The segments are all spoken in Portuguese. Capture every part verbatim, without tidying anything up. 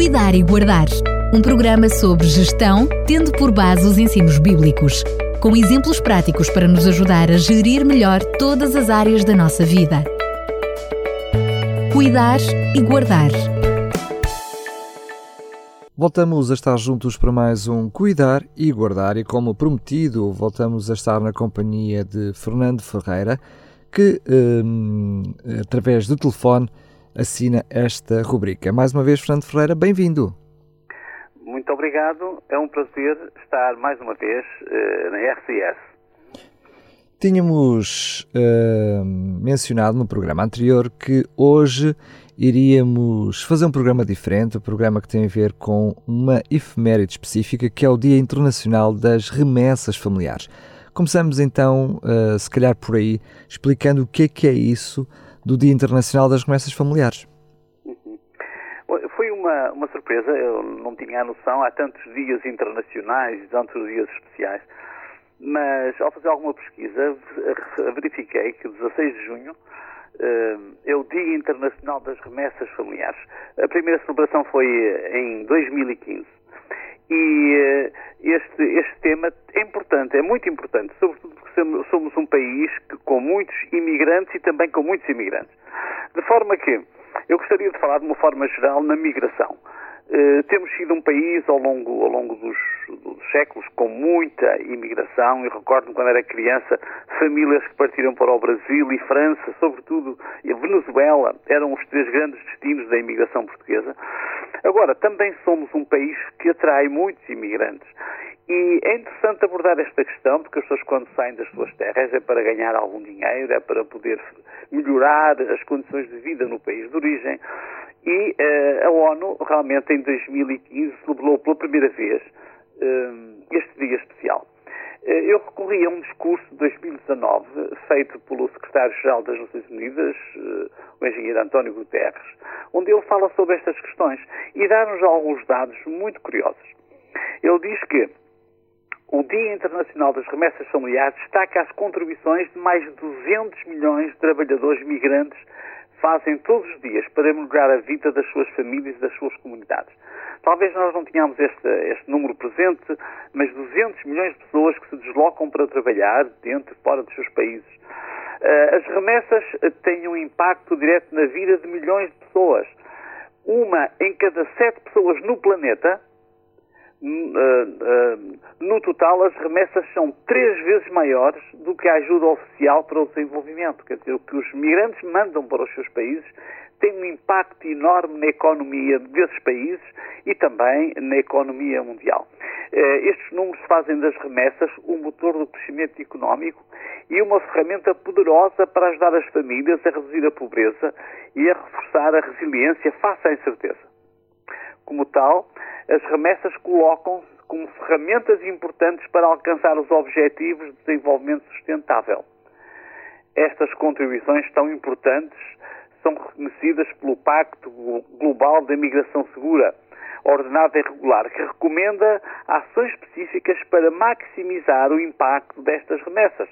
Cuidar e Guardar, um programa sobre gestão, tendo por base os ensinos bíblicos, com exemplos práticos para nos ajudar a gerir melhor todas as áreas da nossa vida. Cuidar e Guardar. Voltamos a estar juntos para mais um Cuidar e Guardar e, como prometido, voltamos a estar na companhia de Fernando Ferreira, que, hum, através do telefone, assina esta rubrica. Mais uma vez, Fernando Ferreira, bem-vindo. Muito obrigado. É um prazer estar mais uma vez uh, na R C S. Tínhamos uh, mencionado no programa anterior que hoje iríamos fazer um programa diferente, um programa que tem a ver com uma efeméride específica, que é o Dia Internacional das Remessas Familiares. Começamos então, uh, se calhar por aí, explicando o que é que é isso do Dia Internacional das Remessas Familiares. Uhum. Foi uma, uma surpresa, eu não tinha a noção, há tantos dias internacionais e tantos dias especiais, mas ao fazer alguma pesquisa verifiquei que dezasseis de junho uh, é o Dia Internacional das Remessas Familiares. A primeira celebração foi em dois mil e quinze. E uh, este, este tema é importante, é muito importante, sobretudo porque somos um país que, com muitos imigrantes e também com muitos imigrantes. De forma que eu gostaria de falar de uma forma geral na migração. Uh, temos sido um país ao longo, ao longo dos, dos séculos com muita imigração. Eu recordo-me quando era criança, famílias que partiram para o Brasil e França, sobretudo e Venezuela, eram os três grandes destinos da imigração portuguesa. Agora, também somos um país que atrai muitos imigrantes. E é interessante abordar esta questão, porque as pessoas, quando saem das suas terras, é para ganhar algum dinheiro, é para poder melhorar as condições de vida no país de origem. E uh, a ONU, realmente, em dois mil e quinze, celebrou pela primeira vez uh, este dia especial. Uh, eu recorri a um discurso de dois mil e dezanove, feito pelo secretário-geral das Nações Unidas, uh, o engenheiro António Guterres, onde ele fala sobre estas questões e dá-nos alguns dados muito curiosos. Ele diz que o Dia Internacional das Remessas Familiares destaca as contribuições de mais de duzentos milhões de trabalhadores migrantes fazem todos os dias para melhorar a vida das suas famílias e das suas comunidades. Talvez nós não tenhamos este, este número presente, mas duzentos milhões de pessoas que se deslocam para trabalhar dentro e fora dos seus países. Uh, as remessas têm um impacto direto na vida de milhões de pessoas. Uma em cada sete pessoas no planeta. Uh, uh, no total, as remessas são três vezes maiores do que a ajuda oficial para o desenvolvimento. Quer dizer, o que os migrantes mandam para os seus países tem um impacto enorme na economia desses países e também na economia mundial. Uh, estes números fazem das remessas um motor do crescimento económico e uma ferramenta poderosa para ajudar as famílias a reduzir a pobreza e a reforçar a resiliência face à incerteza. Como tal, as remessas colocam-se como ferramentas importantes para alcançar os objetivos de desenvolvimento sustentável. Estas contribuições tão importantes são reconhecidas pelo Pacto Global da Migração Segura, ordenada e regular, que recomenda ações específicas para maximizar o impacto destas remessas.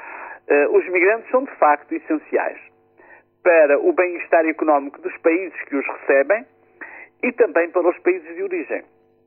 Os migrantes são, de facto, essenciais para o bem-estar económico dos países que os recebem e também para os países de origem.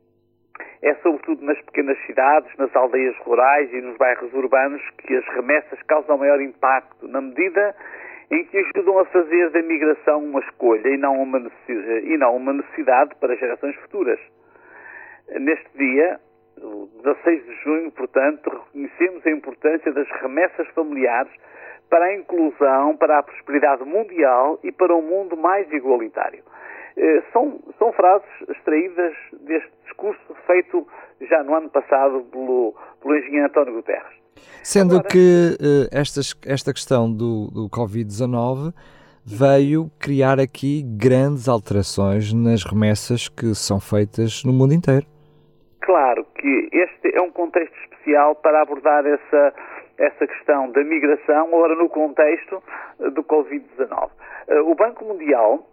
É sobretudo nas pequenas cidades, nas aldeias rurais e nos bairros urbanos que as remessas causam maior impacto, na medida em que ajudam a fazer da migração uma escolha e não uma necessidade, e não uma necessidade para gerações futuras. Neste dia, o dezasseis de junho, portanto, reconhecemos a importância das remessas familiares para a inclusão, para a prosperidade mundial e para um mundo mais igualitário. São, são frases extraídas deste discurso feito já no ano passado pelo, pelo engenheiro António Guterres. Sendo Agora, que uh, estas, esta questão do, do covid dezanove veio criar aqui grandes alterações nas remessas que são feitas no mundo inteiro. Claro que este é um contexto especial para abordar essa, essa questão da migração, agora no contexto do covid dezanove. Uh, o Banco Mundial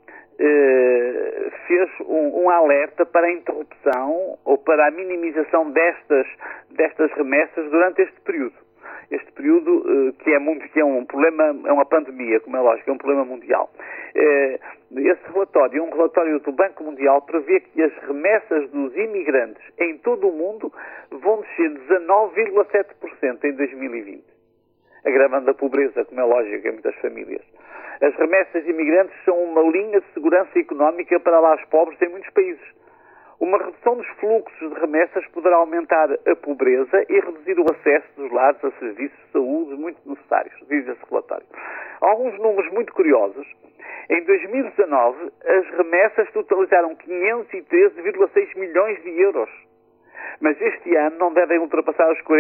Uh, fez um, um alerta para a interrupção ou para a minimização destas, destas remessas durante este período. este período que é, muito, que é um problema, é uma pandemia, como é lógico, é um problema mundial. Esse relatório, um relatório do Banco Mundial, prevê que as remessas dos imigrantes em todo o mundo vão descer dezanove vírgula sete por cento em dois mil e vinte, agravando a pobreza, como é lógico, em muitas famílias. As remessas de imigrantes são uma linha de segurança económica para lá os pobres em muitos países. Uma redução dos fluxos de remessas poderá aumentar a pobreza e reduzir o acesso dos lares a serviços de saúde muito necessários, diz esse relatório. Alguns números muito curiosos. Em dois mil e dezanove, as remessas totalizaram quinhentos e treze vírgula seis milhões de euros. Mas este ano não devem ultrapassar os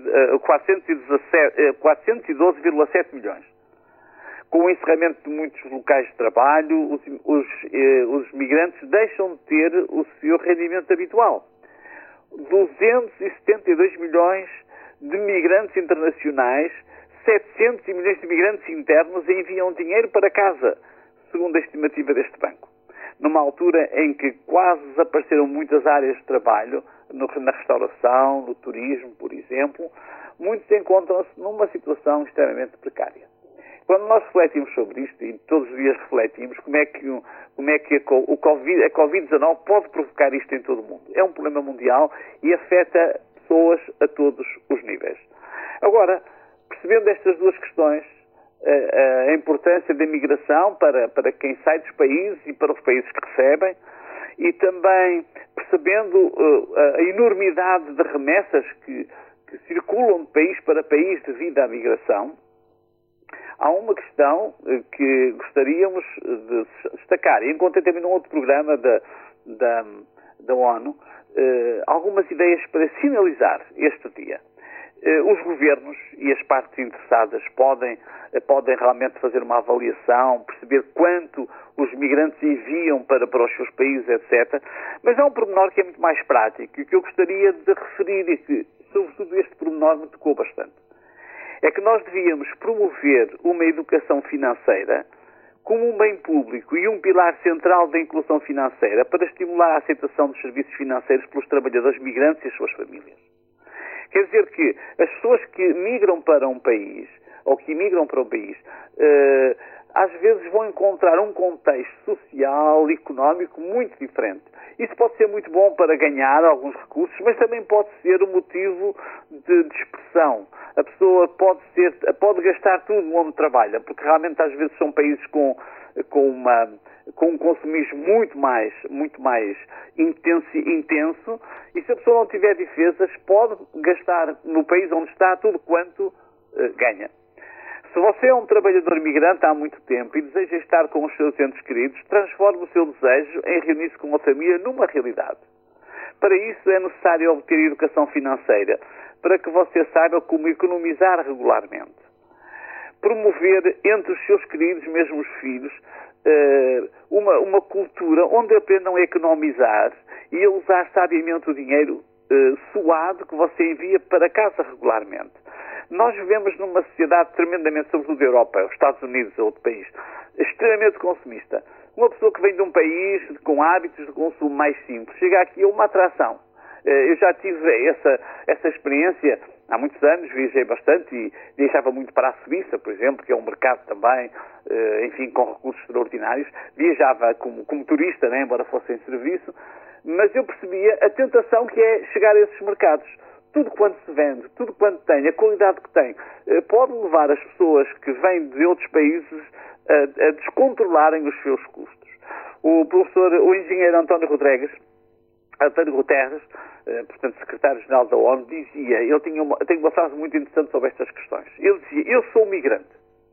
quatrocentos e doze vírgula sete milhões. Com o encerramento de muitos locais de trabalho, os, os, eh, os migrantes deixam de ter o seu rendimento habitual. duzentos e setenta e dois milhões de migrantes internacionais, setecentos milhões de migrantes internos enviam dinheiro para casa, segundo a estimativa deste banco. Numa altura em que quase desapareceram muitas áreas de trabalho, no, na restauração, no turismo, por exemplo, muitos encontram-se numa situação extremamente precária. Quando nós refletimos sobre isto, e todos os dias refletimos, como é que, como é que a, o COVID, a covid dezanove pode provocar isto em todo o mundo. É um problema mundial e afeta pessoas a todos os níveis. Agora, percebendo estas duas questões, a, a importância da migração para, para quem sai dos países e para os países que recebem, e também percebendo uh, a enormidade de remessas que, que circulam de país para país devido à migração, há uma questão que gostaríamos de destacar. E encontrei também num outro programa da, da, da ONU eh, algumas ideias para sinalizar este dia. Eh, os governos e as partes interessadas podem, eh, podem realmente fazer uma avaliação, perceber quanto os migrantes enviam para, para os seus países, etcétera. Mas há um pormenor que é muito mais prático e que eu gostaria de referir e que, sobretudo, este pormenor me tocou bastante. É que nós devíamos promover uma educação financeira como um bem público e um pilar central da inclusão financeira para estimular a aceitação dos serviços financeiros pelos trabalhadores migrantes e as suas famílias. Quer dizer que as pessoas que migram para um país, ou que imigram para um país, eh, às vezes vão encontrar um contexto social, económico muito diferente. Isso pode ser muito bom para ganhar alguns recursos, mas também pode ser um motivo de dispersão. A pessoa pode, ser, pode gastar tudo onde trabalha, porque realmente às vezes são países com, com, uma, com um consumismo muito mais, muito mais intenso, intenso, e se a pessoa não tiver defesas, pode gastar no país onde está tudo quanto uh, ganha. Se você é um trabalhador migrante há muito tempo e deseja estar com os seus entes queridos, transforme o seu desejo em reunir-se com a família numa realidade. Para isso é necessário obter educação financeira, para que você saiba como economizar regularmente. Promover entre os seus queridos, mesmo os filhos, uma, uma cultura onde aprendam a economizar e a usar sabiamente o dinheiro suado que você envia para casa regularmente. Nós vivemos numa sociedade tremendamente, sobretudo a Europa, os Estados Unidos ou outro país, extremamente consumista. Uma pessoa que vem de um país com hábitos de consumo mais simples, chega aqui a uma atração. Eu já tive essa, essa experiência há muitos anos, viajei bastante e viajava muito para a Suíça, por exemplo, que é um mercado também, enfim, com recursos extraordinários. Viajava como, como turista, né, embora fosse em serviço, mas eu percebia a tentação que é chegar a esses mercados. Tudo quanto se vende, tudo quanto tem, a qualidade que tem, pode levar as pessoas que vêm de outros países a, a descontrolarem os seus custos. O professor, o engenheiro António Rodrigues, António Guterres, portanto, secretário-geral da ONU, dizia, ele tinha uma, tem uma frase muito interessante sobre estas questões. Ele dizia, eu sou migrante,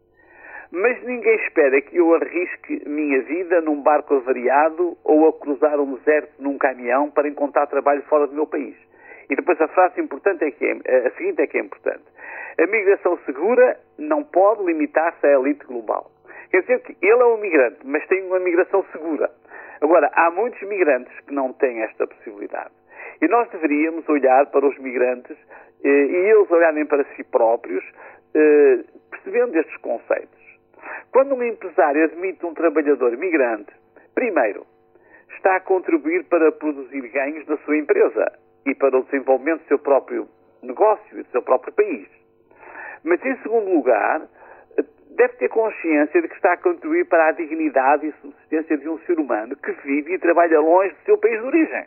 mas ninguém espera que eu arrisque minha vida num barco avariado ou a cruzar um deserto num caminhão para encontrar trabalho fora do meu país. E depois a frase importante é que é, a seguinte é que é importante. A migração segura não pode limitar-se à elite global. Quer dizer que ele é um migrante, mas tem uma migração segura. Agora, há muitos migrantes que não têm esta possibilidade. E nós deveríamos olhar para os migrantes eh, e eles olharem para si próprios, eh, percebendo estes conceitos. Quando um empresário admite um trabalhador migrante, primeiro, está a contribuir para produzir ganhos na sua empresa e para o desenvolvimento do seu próprio negócio e do seu próprio país. Mas, em segundo lugar, deve ter consciência de que está a contribuir para a dignidade e subsistência de um ser humano que vive e trabalha longe do seu país de origem.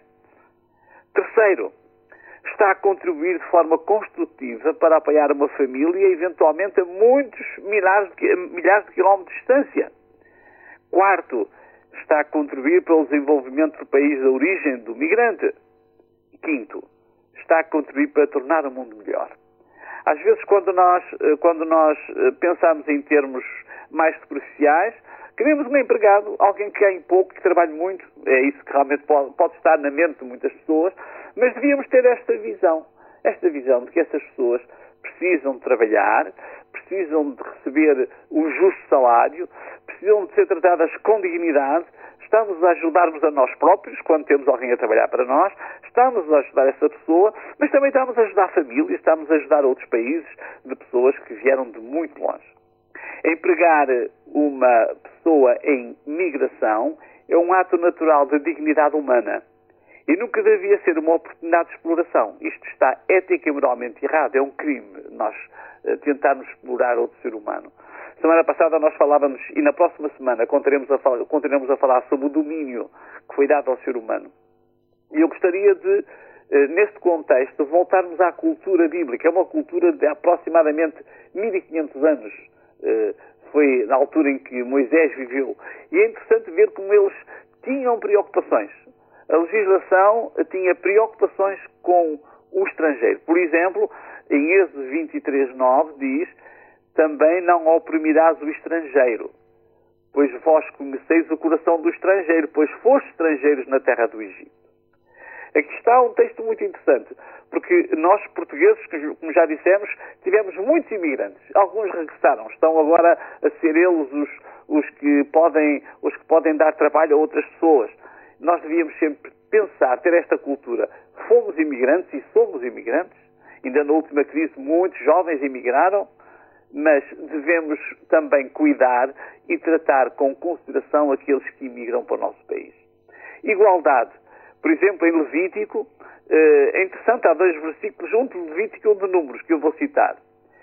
Terceiro, está a contribuir de forma construtiva para apoiar uma família, eventualmente a muitos milhares de, milhares de quilómetros de distância. Quarto, está a contribuir para o desenvolvimento do país de origem do migrante. Quinto, está a contribuir para tornar o mundo melhor. Às vezes, quando nós, quando nós pensamos em termos mais superficiais, queremos um empregado, alguém que ganhe pouco, que trabalhe muito. É isso que realmente pode, pode estar na mente de muitas pessoas, mas devíamos ter esta visão, esta visão de que essas pessoas precisam de trabalhar, precisam de receber o justo salário, precisam de ser tratadas com dignidade. Estamos a ajudar-nos a nós próprios, quando temos alguém a trabalhar para nós, estamos a ajudar essa pessoa, mas também estamos a ajudar a família, estamos a ajudar outros países de pessoas que vieram de muito longe. Empregar uma pessoa em migração é um ato natural de dignidade humana e nunca devia ser uma oportunidade de exploração. Isto está ética e moralmente errado, é um crime nós tentarmos explorar outro ser humano. Semana passada nós falávamos, e na próxima semana continuaremos a falar, continuaremos a falar sobre o domínio que foi dado ao ser humano. E eu gostaria de, neste contexto, voltarmos à cultura bíblica. É uma cultura de aproximadamente mil e quinhentos anos. Foi na altura em que Moisés viveu. E é interessante ver como eles tinham preocupações. A legislação tinha preocupações com o estrangeiro. Por exemplo, em Êxodo vinte e três, nove diz: também não oprimirás o estrangeiro, pois vós conheceis o coração do estrangeiro, pois foste estrangeiros na terra do Egito. Aqui está um texto muito interessante, porque nós, portugueses, como já dissemos, tivemos muitos imigrantes. Alguns regressaram, estão agora a ser eles os, os, que podem, os que podem dar trabalho a outras pessoas. Nós devíamos sempre pensar, ter esta cultura. Fomos imigrantes e somos imigrantes. Ainda na última crise muitos jovens imigraram, mas devemos também cuidar e tratar com consideração aqueles que imigram para o nosso país. Igualdade. Por exemplo, em Levítico, é interessante, há dois versículos, um de Levítico e um de Números, que eu vou citar.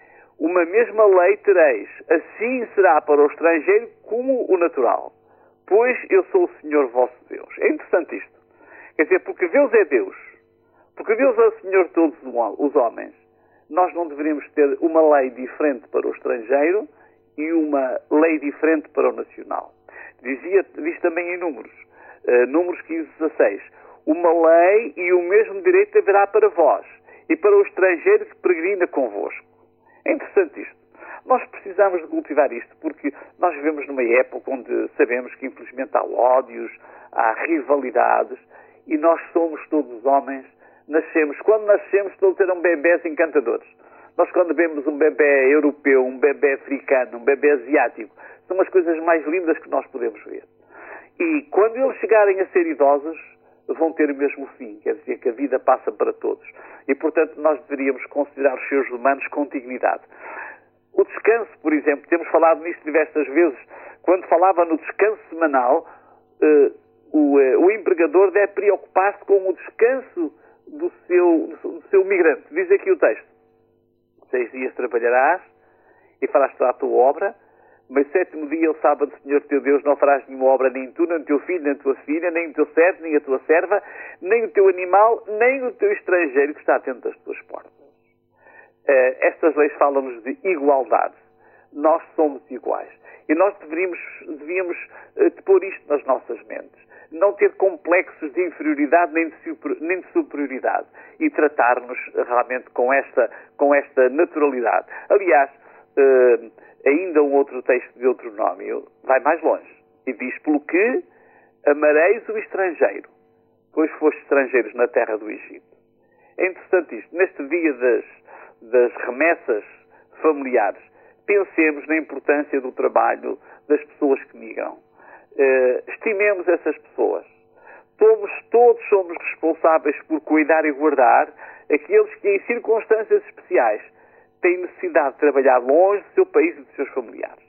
Uma mesma lei tereis, assim será para o estrangeiro como o natural, pois eu sou o Senhor vosso Deus. É interessante isto. Quer dizer, porque Deus é Deus, porque Deus é o Senhor de todos os homens, nós não deveríamos ter uma lei diferente para o estrangeiro e uma lei diferente para o nacional. Dizia, diz também em Números, uh, Números quinze, dezasseis, uma lei e o mesmo direito haverá para vós e para o estrangeiro que peregrina convosco. É interessante isto. Nós precisamos de cultivar isto porque nós vivemos numa época onde sabemos que infelizmente há ódios, há rivalidades e nós somos todos homens. Nascemos, quando nascemos, todos eram bebés encantadores. Nós, quando vemos um bebé europeu, um bebé africano, um bebé asiático, são as coisas mais lindas que nós podemos ver. E quando eles chegarem a ser idosos, vão ter o mesmo fim, quer dizer que a vida passa para todos. E, portanto, nós deveríamos considerar os seres humanos com dignidade. O descanso, por exemplo, temos falado nisto diversas vezes, quando falava no descanso semanal, uh, o, uh, o empregador deve preocupar-se com o descanso do seu, do seu migrante. Diz aqui o texto: seis dias trabalharás e farás toda a tua obra, mas sétimo dia, o sábado, Senhor teu Deus, não farás nenhuma obra, nem tu, nem o teu filho, nem a tua filha, nem o teu servo, nem a tua serva, nem o teu animal, nem o teu estrangeiro que está atento às tuas portas. Uh, estas leis falam-nos de igualdade. Nós somos iguais. E nós deveríamos, devíamos uh, pôr isto nas nossas mentes. Não ter complexos de inferioridade nem de, super, nem de superioridade. E tratar-nos realmente com esta, com esta naturalidade. Aliás, uh, ainda um outro texto de Deuteronômio vai mais longe. E diz: pelo que amareis o estrangeiro, pois foste estrangeiros na terra do Egito. É interessante isto. Neste dia das, das remessas familiares, pensemos na importância do trabalho das pessoas que migram. Uh, estimemos essas pessoas. Todos, todos somos responsáveis por cuidar e guardar aqueles que, em circunstâncias especiais, têm necessidade de trabalhar longe do seu país e dos seus familiares.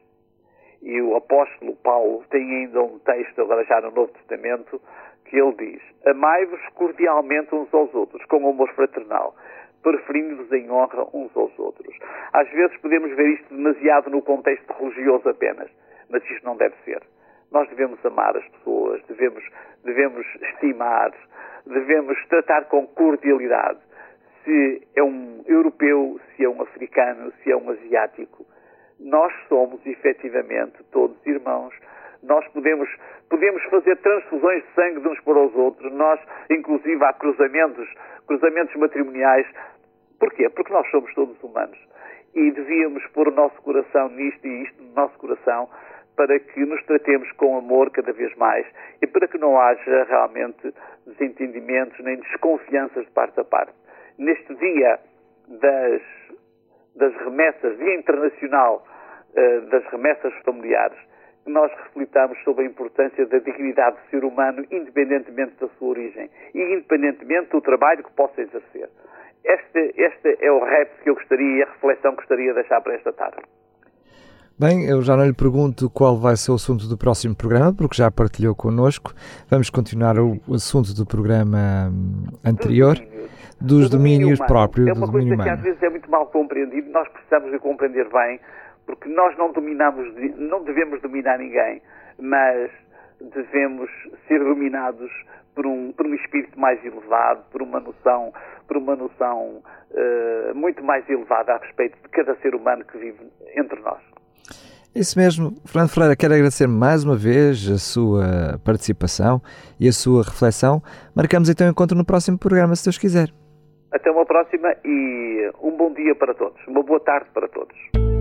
E o apóstolo Paulo tem ainda um texto, agora já no Novo Testamento, que ele diz: amai-vos cordialmente uns aos outros, com amor fraternal, preferindo-nos em honra uns aos outros. Às vezes podemos ver isto demasiado no contexto religioso apenas, mas isto não deve ser. Nós devemos amar as pessoas, devemos, devemos estimar, devemos tratar com cordialidade. Se é um europeu, se é um africano, se é um asiático, nós somos efetivamente todos irmãos. Nós podemos, podemos fazer transfusões de sangue de uns para os outros. Nós, inclusive, há cruzamentos, cruzamentos matrimoniais. Porquê? Porque nós somos todos humanos. E devíamos pôr o nosso coração nisto e isto no nosso coração para que nos tratemos com amor cada vez mais e para que não haja realmente desentendimentos nem desconfianças de parte a parte. Neste dia das, das remessas, Dia Internacional uh, das Remessas Familiares, nós reflitamos sobre a importância da dignidade do ser humano, independentemente da sua origem e independentemente do trabalho que possa exercer. Este, este é o repto que eu gostaria e a reflexão que gostaria de deixar para esta tarde. Bem, eu já não lhe pergunto qual vai ser o assunto do próximo programa, porque já partilhou connosco. Vamos continuar o assunto do programa anterior, dos do domínios domínio próprios do domínio humano. É uma coisa que às vezes é muito mal compreendido, nós precisamos de compreender bem, porque nós não dominamos, não devemos dominar ninguém, mas devemos ser dominados por um, por um espírito mais elevado, por uma noção, por uma noção uh, muito mais elevada a respeito de cada ser humano que vive entre nós. Isso mesmo. Fernando Ferreira, quero agradecer mais uma vez a sua participação e a sua reflexão. Marcamos então o encontro no próximo programa, se Deus quiser. Até uma próxima e um bom dia para todos. Uma boa tarde para todos.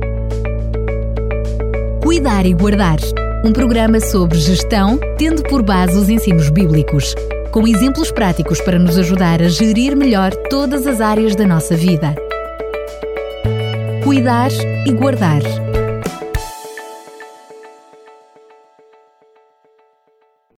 Cuidar e Guardar. Um programa sobre gestão, tendo por base os ensinos bíblicos, com exemplos práticos para nos ajudar a gerir melhor todas as áreas da nossa vida. Cuidar e Guardar.